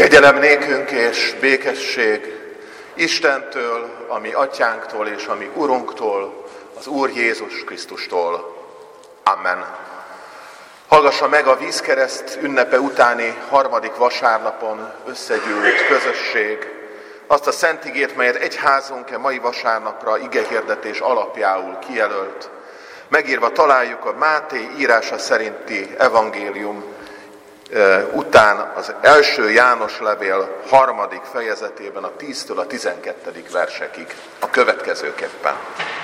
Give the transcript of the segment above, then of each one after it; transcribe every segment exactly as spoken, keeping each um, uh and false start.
Kegyelem nékünk és békesség Istentől, a mi atyánktól és a mi Urunktól, az Úr Jézus Krisztustól. Amen. Hallgassa meg a vízkereszt ünnepe utáni harmadik vasárnapon összegyűlt közösség azt a szent igét, melyet egyházunk e mai vasárnapra igehirdetés alapjául kijelölt. Megírva találjuk a Máté írása szerinti evangélium után az első János levél harmadik fejezetében a tíztől a tizenkettedik versekig a következőképpen.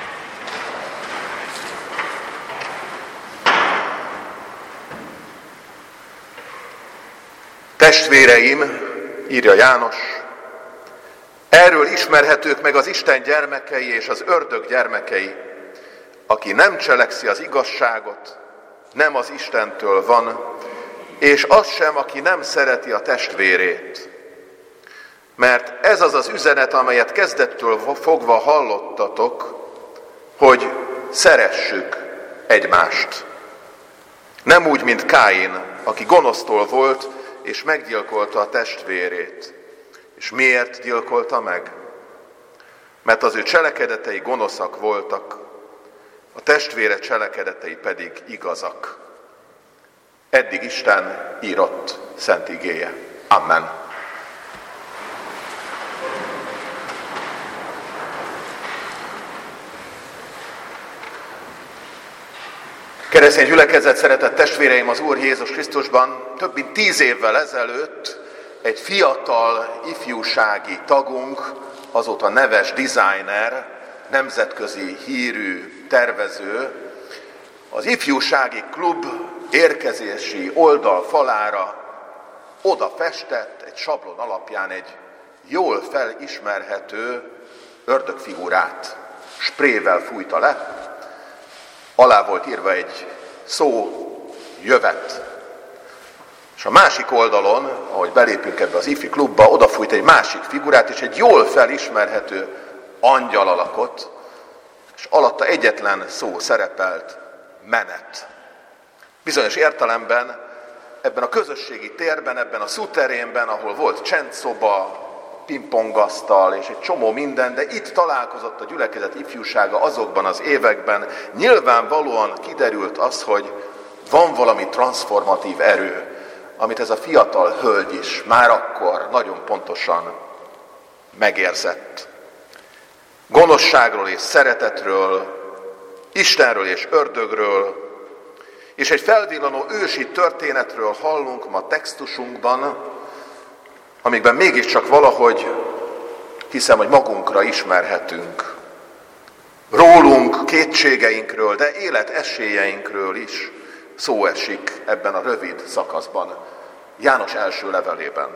Testvéreim, írja János, erről ismerhetők meg az Isten gyermekei és az ördög gyermekei, aki nem cselekszi az igazságot, nem az Istentől van, és az sem, aki nem szereti a testvérét. Mert ez az az üzenet, amelyet kezdettől fogva hallottatok, hogy szeressük egymást. Nem úgy, mint Káin, aki gonosztól volt, és meggyilkolta a testvérét. És miért gyilkolta meg? Mert az ő cselekedetei gonoszak voltak, a testvére cselekedetei pedig igazak. Eddig Isten írott szent igéje. Amen. Keresztény gyülekezet, szeretett testvéreim az Úr Jézus Krisztusban, több mint tíz évvel ezelőtt egy fiatal ifjúsági tagunk, azóta neves designer, nemzetközi hírű tervező, az ifjúsági klub érkezési oldal falára oda festett egy sablon alapján egy jól felismerhető ördögfigurát. Sprével fújta le, alá volt írva egy szó, jövet. És a másik oldalon, ahogy belépünk ebbe az ifi klubba, odafújt egy másik figurát, és egy jól felismerhető angyal alakot, és alatta egyetlen szó szerepelt, menet. Bizonyos értelemben ebben a közösségi térben, ebben a szuterénben, ahol volt csendszoba, pingpongasztal és egy csomó minden, de itt találkozott a gyülekezet ifjúsága azokban az években, nyilvánvalóan kiderült az, hogy van valami transformatív erő, amit ez a fiatal hölgy is már akkor nagyon pontosan megérzett. Gonoszságról és szeretetről, Istenről és ördögről, és egy felvillanó ősi történetről hallunk ma textusunkban, amikben mégiscsak valahogy hiszem, hogy magunkra ismerhetünk. Rólunk, kétségeinkről, de életesélyeinkről is szó esik ebben a rövid szakaszban, János első levelében.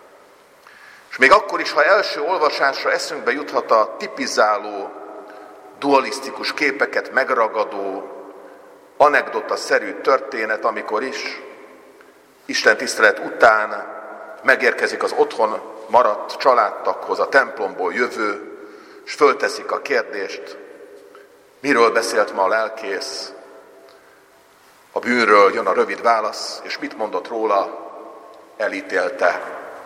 És még akkor is, ha első olvasásra eszünkbe juthat a tipizáló, dualisztikus képeket megragadó, anekdotaszerű történet, amikor is Isten tisztelet után megérkezik az otthon maradt családtaghoz a templomból jövő, és fölteszik a kérdést, miről beszélt ma a lelkész, a bűnről jön a rövid válasz, és mit mondott róla, elítélte.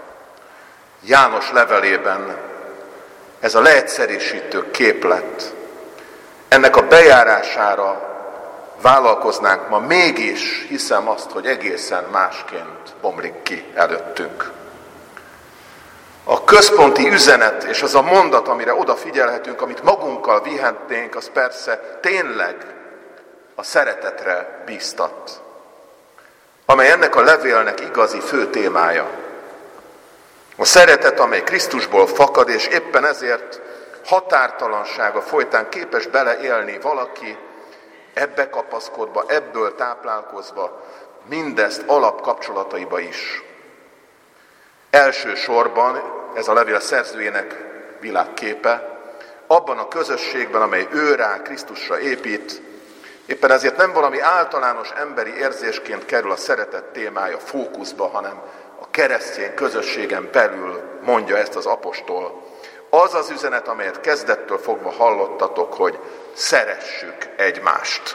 János levelében ez a leegyszerűsítő képlet, ennek a bejárására vállalkoznánk ma, mégis hiszem azt, hogy egészen másként bomlik ki előttünk. A központi üzenet és az a mondat, amire odafigyelhetünk, amit magunkkal vihetnénk, az persze tényleg a szeretetre bíztat, amely ennek a levélnek igazi fő témája. A szeretet, amely Krisztusból fakad, és éppen ezért határtalansága folytán képes beleélni valaki, ebbe kapaszkodva, ebből táplálkozva, mindezt alapkapcsolataiba is. Elsősorban ez a levél szerzőjének világképe, abban a közösségben, amely ő rá, Krisztusra épít, éppen ezért nem valami általános emberi érzésként kerül a szeretet témája fókuszba, hanem a keresztény közösségen belül mondja ezt az apostol. Az az üzenet, amelyet kezdettől fogva hallottatok, hogy szeressük egymást.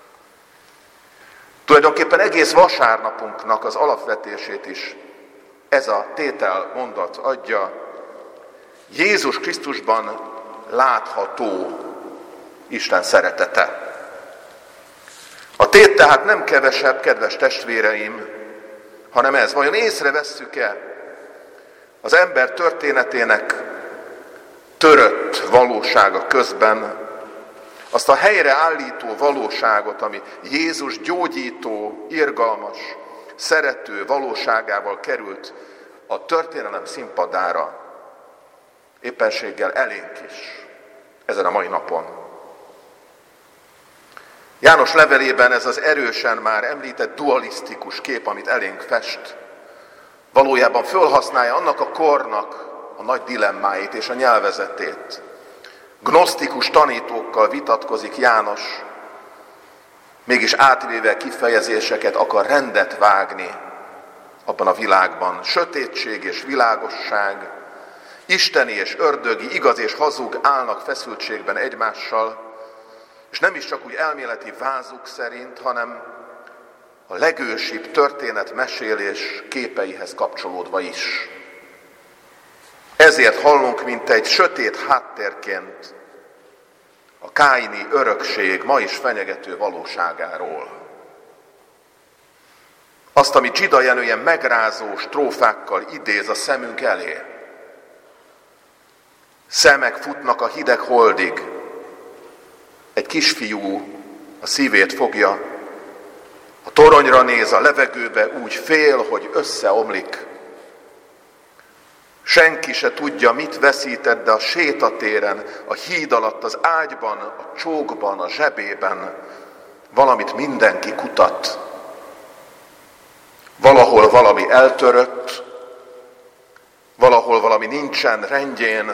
Tulajdonképpen egész vasárnapunknak az alapvetését is ez a tételmondat adja: Jézus Krisztusban látható Isten szeretete. A tét tehát nem kevesebb, kedves testvéreim, hanem ez. Vajon észrevesszük-e az ember történetének törött valósága közben azt a helyreállító valóságot, ami Jézus gyógyító, irgalmas, szerető valóságával került a történelem színpadára, éppenséggel elénk is ezen a mai napon. János levelében ez az erősen már említett dualisztikus kép, amit elénk fest, valójában fölhasználja annak a kornak a nagy dilemmáit és a nyelvezetét. Gnosztikus tanítókkal vitatkozik János, mégis átvéve kifejezéseket akar rendet vágni abban a világban. Sötétség és világosság, isteni és ördögi, igaz és hazug állnak feszültségben egymással, és nem is csak úgy elméleti vázuk szerint, hanem a legősibb történetmesélés képeihez kapcsolódva is. Ezért hallunk, mint egy sötét háttérként a káini örökség ma is fenyegető valóságáról. Azt, amit Zsida Jenő ilyen megrázó strófákkal idéz a szemünk elé. Szemek futnak a hideg holdig, egy kisfiú a szívét fogja, a toronyra néz a levegőbe, úgy fél, hogy összeomlik. Senki se tudja, mit veszített, de a sétatéren, a híd alatt, az ágyban, a csókban, a zsebében valamit mindenki kutat. Valahol valami eltörött, valahol valami nincsen rendjén,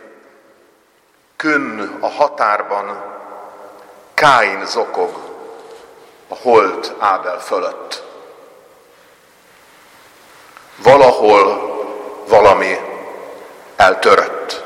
künn a határban, Káin zokog a holt Ábel fölött. Valahol valami eltörött.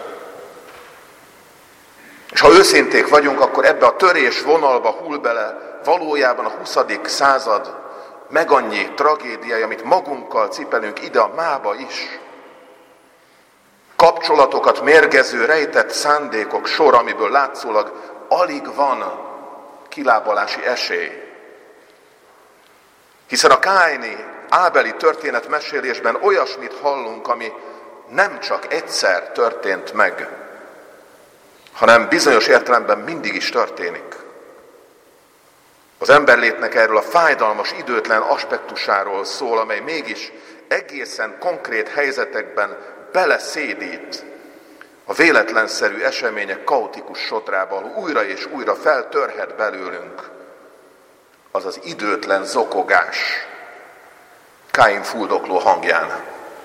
És ha őszinték vagyunk, akkor ebbe a törés vonalba hull bele valójában a huszadik század meg annyi tragédiája, amit magunkkal cipelünk ide a mába is. Kapcsolatokat mérgező, rejtett szándékok sor, amiből látszólag alig van kilábalási esély. Hiszen a káini, ábeli történetmesélésben olyasmit hallunk, ami nem csak egyszer történt meg, hanem bizonyos értelemben mindig is történik. Az emberlétnek erről a fájdalmas, időtlen aspektusáról szól, amely mégis egészen konkrét helyzetekben beleszédít a véletlenszerű események kaotikus sodrába, ahol újra és újra feltörhet belőlünk az az időtlen zokogás Káin fuldokló hangján.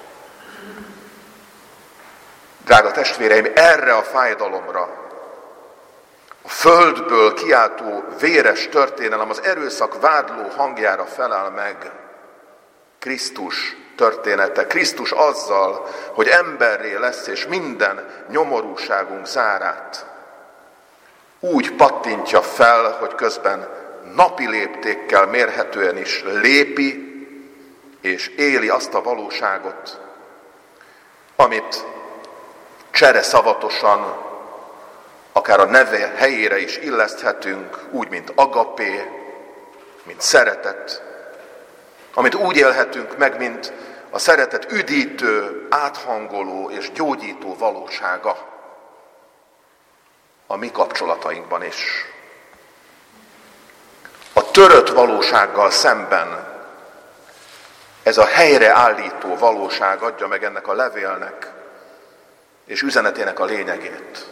Drága testvéreim, erre a fájdalomra, a földből kiáltó véres történelem, az erőszak vádló hangjára felel meg Krisztus története. Krisztus azzal, hogy emberré lesz, és minden nyomorúságunk zárát úgy pattintja fel, hogy közben napi léptékkel mérhetően is lépi és éli azt a valóságot, amit csereszavatosan, akár a neve helyére is illeszthetünk, úgy, mint agapé, mint szeretet, amit úgy élhetünk meg, mint a szeretet üdítő, áthangoló és gyógyító valósága a mi kapcsolatainkban is. A törött valósággal szemben ez a helyreállító valóság adja meg ennek a levélnek és üzenetének a lényegét.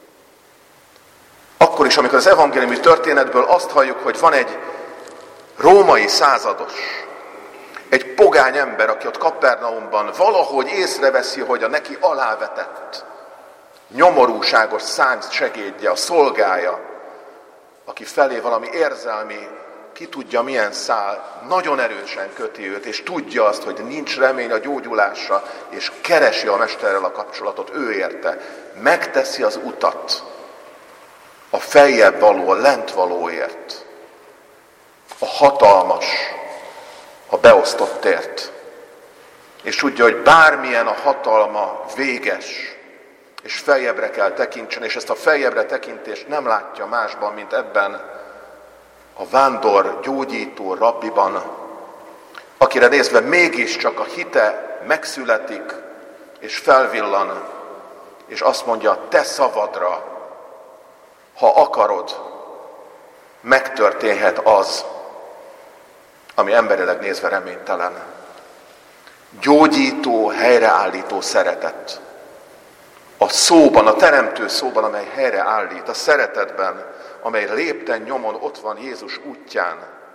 Akkor is, amikor az evangéliumi történetből azt halljuk, hogy van egy római százados, egy pogány ember, aki ott Kapernaumban valahogy észreveszi, hogy a neki alávetett, nyomorúságos szánc segédje, a szolgája, aki felé valami érzelmi, ki tudja milyen szál, nagyon erősen köti őt, és tudja azt, hogy nincs remény a gyógyulásra, és keresi a mesterrel a kapcsolatot, ő érte, megteszi az utat a feljebb való, a lent valóért, a hatalmas, a beosztottért. és tudja, hogy bármilyen a hatalma véges, és feljebbre kell tekintsen, és ezt a feljebbre tekintést nem látja másban, mint ebben a vándor gyógyító rabbiban, akire nézve mégiscsak a hite megszületik, és felvillan, és azt mondja, te szavadra, ha akarod, megtörténhet az, ami emberileg nézve reménytelen. Gyógyító, helyreállító szeretet. A szóban, a teremtő szóban, amely helyreállít, a szeretetben, amely lépten nyomon ott van Jézus útján.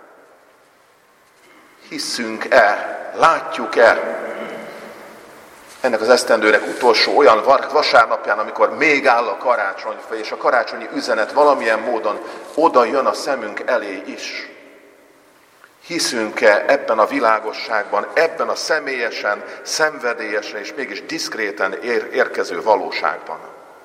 Hiszünk-e, látjuk-e ennek az esztendőnek utolsó olyan vasárnapján, amikor még áll a karácsonyfa, és a karácsonyi üzenet valamilyen módon oda jön a szemünk elé is. Hiszünk-e ebben a világosságban, ebben a személyesen, szenvedélyesen és mégis diszkréten ér- érkező valóságban?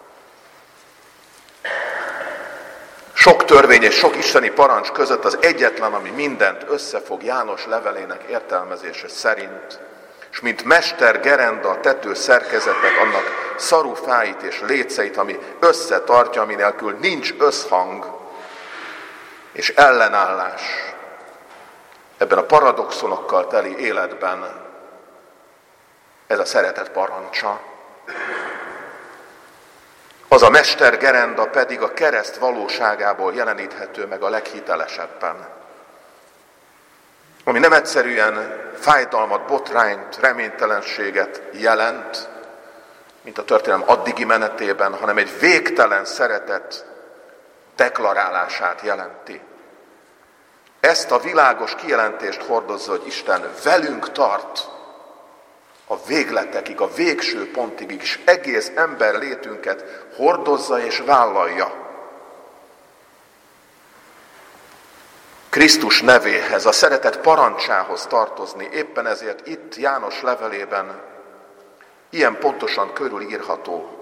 Sok törvény és sok isteni parancs között az egyetlen, ami mindent összefog János levelének értelmezése szerint, és mint mester gerenda a tető szerkezetet, annak szarufáit és léceit, ami összetartja, ami nélkül nincs összhang és ellenállás ebben a paradoxonokkal teli életben, ez a szeretet parancsa. Az a mester gerenda pedig a kereszt valóságából jeleníthető meg a leghitelesebben. Ami nem egyszerűen fájdalmat, botrányt, reménytelenséget jelent, mint a történelem addigi menetében, hanem egy végtelen szeretet deklarálását jelenti. Ezt a világos kijelentést hordozza, hogy Isten velünk tart a végletekig, a végső pontig, és egész ember létünket hordozza és vállalja. Krisztus nevéhez, a szeretet parancsához tartozni, éppen ezért itt János levelében ilyen pontosan körülírható.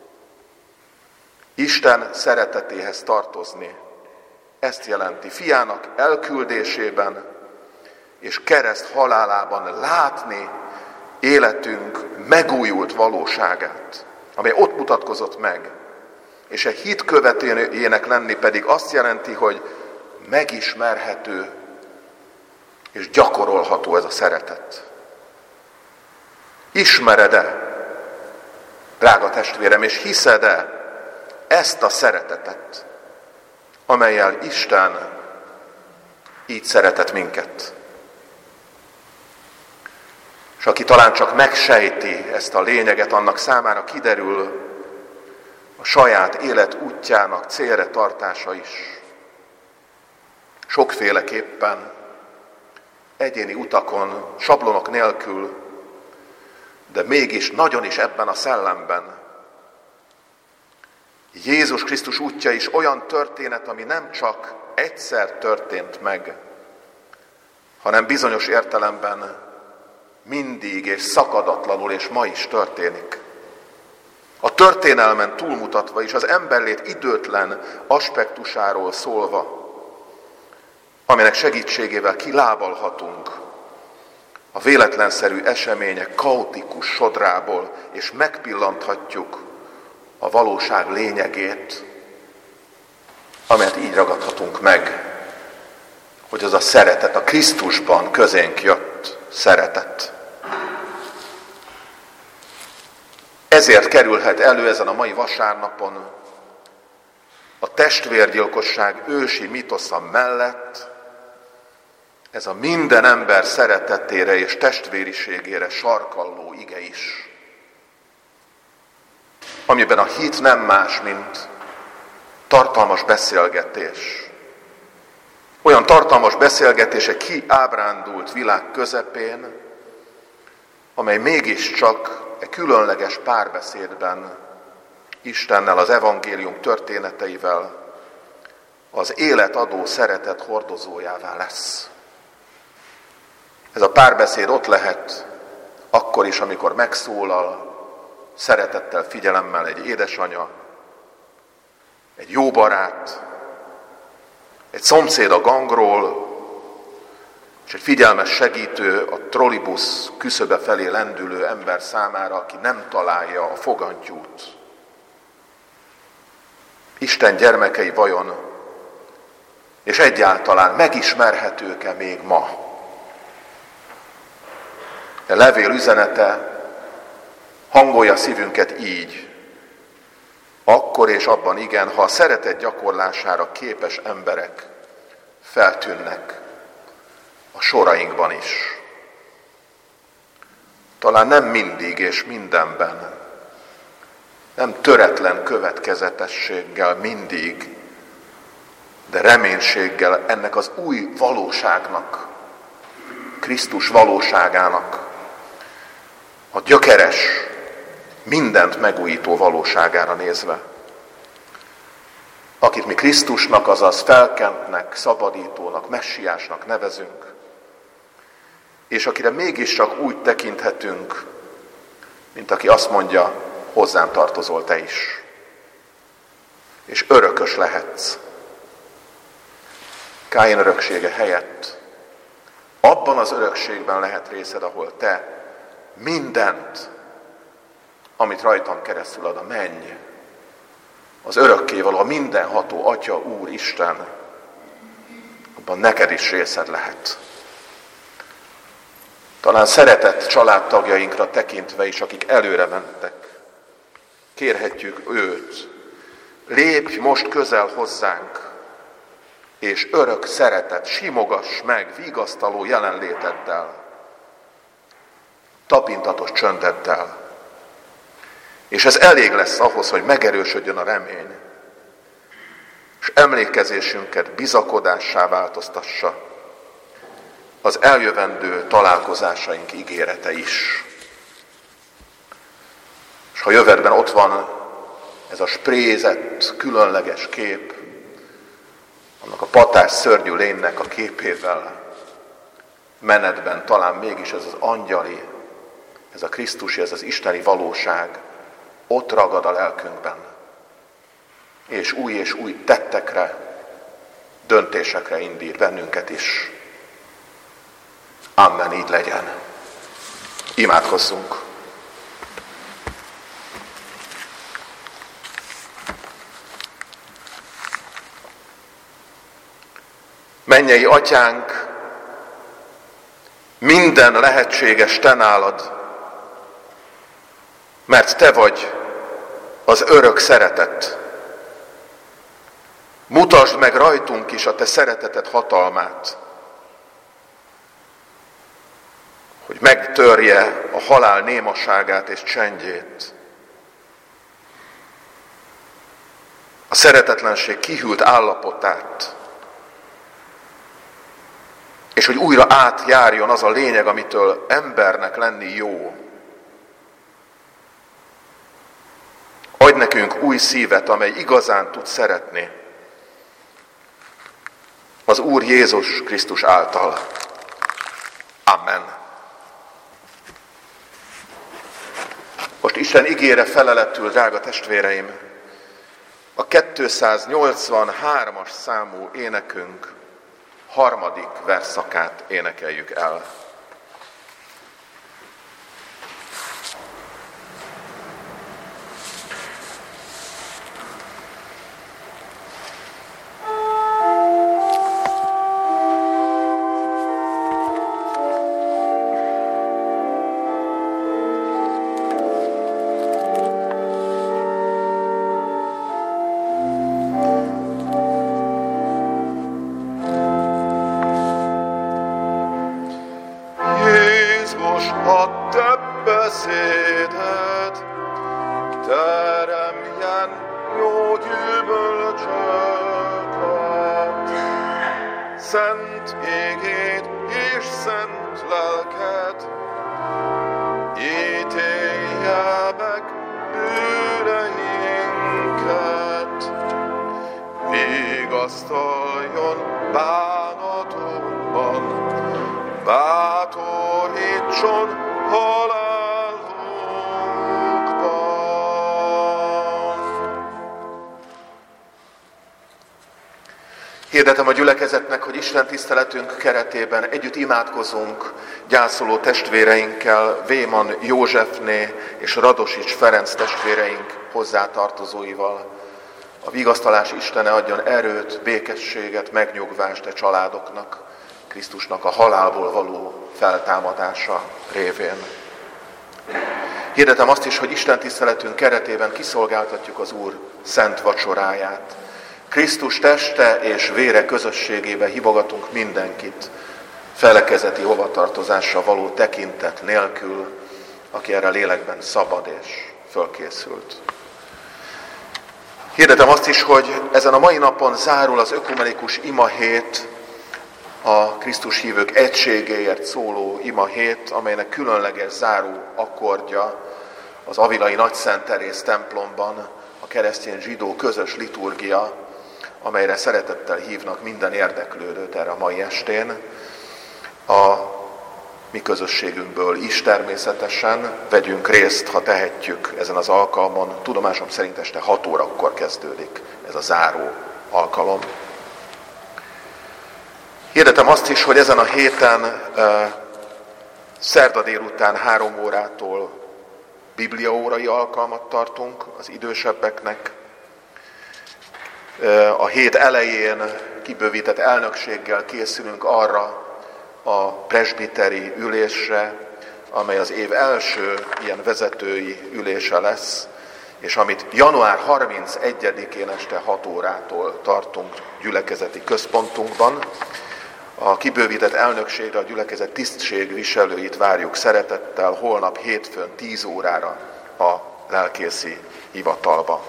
Isten szeretetéhez tartozni, ezt jelenti fiának elküldésében és kereszt halálában látni életünk megújult valóságát, amely ott mutatkozott meg. És egy hit követőjének lenni pedig azt jelenti, hogy megismerhető és gyakorolható ez a szeretet. Ismered-e, drága testvérem, és hiszed-e ezt a szeretetet, amellyel Isten így szeretett minket? És aki talán csak megsejti ezt a lényeget, annak számára kiderül a saját élet útjának célra tartása is. Sokféleképpen, egyéni utakon, sablonok nélkül, de mégis nagyon is ebben a szellemben. Jézus Krisztus útja is olyan történet, ami nem csak egyszer történt meg, hanem bizonyos értelemben mindig és szakadatlanul és ma is történik. A történelmen túlmutatva is az emberlét időtlen aspektusáról szólva, aminek segítségével kilábalhatunk a véletlenszerű események kaotikus sodrából, és megpillanthatjuk a valóság lényegét, amelyet így ragadhatunk meg, hogy az a szeretet, a Krisztusban közénk jött szeretet. Ezért kerülhet elő ezen a mai vasárnapon a testvérgyilkosság ősi mitosza mellett ez a minden ember szeretetére és testvériségére sarkalló ige is, amiben a hit nem más, mint tartalmas beszélgetés. Olyan tartalmas beszélgetés egy kiábrándult világ közepén, amely mégiscsak egy különleges párbeszédben Istennel, az evangélium történeteivel az életadó szeretet hordozójává lesz. Ez a párbeszéd ott lehet akkor is, amikor megszólal szeretettel, figyelemmel egy édesanya, egy jó barát, egy szomszéd a gangról, és egy figyelmes segítő a trollibusz küszöbe felé lendülő ember számára, aki nem találja a fogantyút. Isten gyermekei vajon, és egyáltalán megismerhetők-e még ma? A levél üzenete hangolja szívünket így: akkor és abban igen, ha a szeretet gyakorlására képes emberek feltűnnek a sorainkban is. Talán nem mindig és mindenben, nem töretlen következetességgel mindig, de reménységgel ennek az új valóságnak, Krisztus valóságának, a gyökeres, mindent megújító valóságára nézve, akit mi Krisztusnak, azaz felkentnek, szabadítónak, messiásnak nevezünk, és akire mégiscsak úgy tekinthetünk, mint aki azt mondja, hozzám tartozol te is, és örökös lehetsz. Káin öröksége helyett abban az örökségben lehet részed, ahol te mindent, amit rajtam keresztül ad a menny, az örökkévaló, a mindenható Atya, Úr, Isten, abban neked is részed lehet. Talán szeretett családtagjainkra tekintve is, akik előre mentek, kérhetjük őt, lépj most közel hozzánk, és örök szeretet, simogass meg vigasztaló jelenléteddel, tapintatos csöndeddel. És ez elég lesz ahhoz, hogy megerősödjön a remény, és emlékezésünket bizakodássá változtassa az eljövendő találkozásaink ígérete is. És ha jövőben ott van ez a sprézett, különleges kép, annak a patás szörnyű lénynek a képével, menetben talán mégis ez az angyali, ez a Krisztusi, ez az isteni valóság ott ragad a lelkünkben, és új és új tettekre, döntésekre indít bennünket is. Amen, így legyen. Imádkozzunk. Mennyei Atyánk, minden lehetséges te nálad, mert te vagy az örök szeretet. Mutasd meg rajtunk is a te szereteted hatalmát, hogy megtörje a halál némaságát és csendjét. A szeretetlenség kihűlt állapotát, és hogy újra átjárjon az a lényeg, amitől embernek lenni jó. Adj nekünk új szívet, amely igazán tud szeretni. Az Úr Jézus Krisztus által. Amen. Most Isten igére feleletül, drága testvéreim, a kétszáznyolcvanhármas számú énekünk harmadik versszakát énekeljük el. Szent égét és szent lelked, ítélje meg bűneinket, vigasztaljon bánatunkban, bátorítson halálunkban. Hirdetem a gyülekezetnek, hogy Isten tiszteletünk keretében együtt imádkozunk gyászoló testvéreinkkel, Véman Józsefné és Radosics Ferenc testvéreink hozzátartozóival. A vigasztalás Istene adjon erőt, békességet, megnyugvást a családoknak, Krisztusnak a halálból való feltámadása révén. Hirdetem azt is, hogy Isten tiszteletünk keretében kiszolgáltatjuk az Úr szent vacsoráját. Krisztus teste és vére közösségébe hívogatunk mindenkit, felekezeti hovatartozásra való tekintet nélkül, aki erre lélekben szabad és fölkészült. Hirdetem azt is, hogy ezen a mai napon zárul az ökumenikus imahét, a Krisztus hívők egységéért szóló imahét, amelynek különleges záró akkordja az avilai Nagyszent Teréz templomban a keresztény zsidó közös liturgia, amelyre szeretettel hívnak minden érdeklődőt erre a mai estén. A mi közösségünkből is természetesen vegyünk részt, ha tehetjük ezen az alkalmon. Tudomásom szerint este hat órakor kezdődik ez a záró alkalom. Hirdetem azt is, hogy ezen a héten e, szerda délután három órától bibliaórai alkalmat tartunk az idősebbeknek. A hét elején kibővített elnökséggel készülünk arra a presbiteri ülésre, amely az év első ilyen vezetői ülése lesz, és amit január harmincegyedikén este hat órától tartunk gyülekezeti központunkban. A kibővített elnökségre a gyülekezet tisztségviselőit várjuk szeretettel holnap hétfőn tíz órára a lelkészi hivatalba.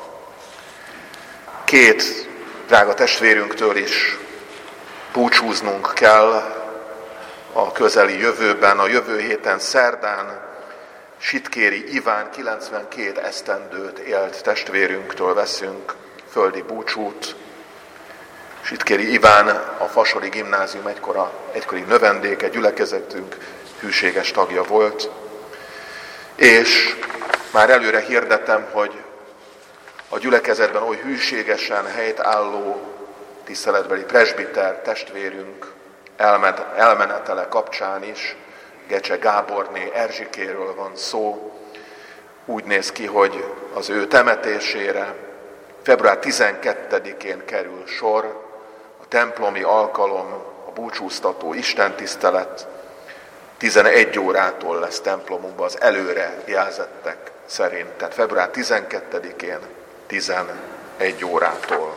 Két drága testvérünktől is búcsúznunk kell a közeli jövőben. A jövő héten szerdán Sitkéri Iván kilencvenkét esztendőt élt testvérünktől veszünk földi búcsút. Sitkéri Iván a Fasori Gimnázium egykora, egykori növendéke, gyülekezetünk hűséges tagja volt. És már előre hirdetem, hogy a gyülekezetben oly hűségesen helytálló tiszteletbeli presbiter testvérünk elmenetele kapcsán is, Gecse Gáborné Erzsikéről van szó. Úgy néz ki, hogy az ő temetésére február tizenkettedikén kerül sor, a templomi alkalom, a búcsúztató istentisztelet tizenegy órától lesz templomunkban az előre jelzettek szerint, tehát február tizenkettedikén tizenegy órától.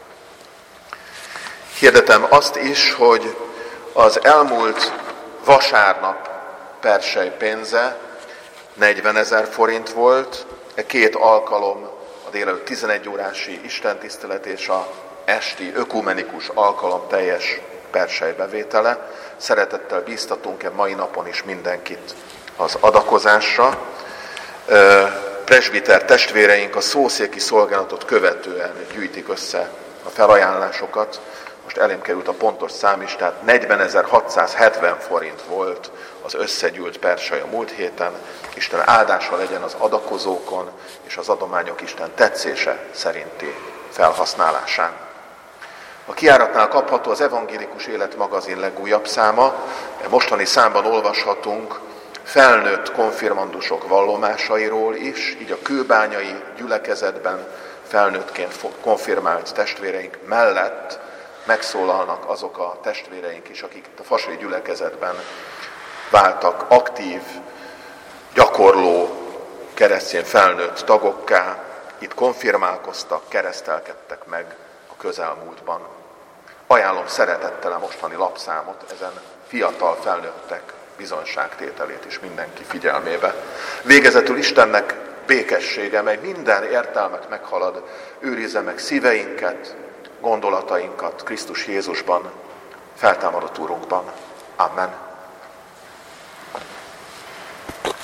Hirdetem azt is, hogy az elmúlt vasárnap persely pénze negyvenezer forint volt, e két alkalom, a délelőtt tizenegy órási istentisztelet és a esti ökumenikus alkalom teljes perselybevétele. Szeretettel bíztatunk-e mai napon is mindenkit az adakozásra. Presbiter testvéreink a szószéki szolgálatot követően gyűjtik össze a felajánlásokat. Most elém került a pontos szám is, tehát negyvenezer-hatszázhetven forint volt az összegyűlt persely a múlt héten. Isten áldása legyen az adakozókon és az adományok Isten tetszése szerinti felhasználásán. A kijáratnál kapható az Evangélikus Élet magazin legújabb száma. Mostani számban olvashatunk felnőtt konfirmandusok vallomásairól is, így a kőbányai gyülekezetben felnőttként konfirmált testvéreink mellett megszólalnak azok a testvéreink is, akik a fasori gyülekezetben váltak aktív, gyakorló keresztény felnőtt tagokká, itt konfirmálkoztak, keresztelkedtek meg a közelmúltban. Ajánlom szeretettel a mostani lapszámot, ezen fiatal felnőttek bizonyságtételét is mindenki figyelmébe. Végezetül Istennek békessége, mely minden értelmet meghalad, őrizze meg szíveinket, gondolatainkat Krisztus Jézusban, feltámadott Úrunkban. Amen.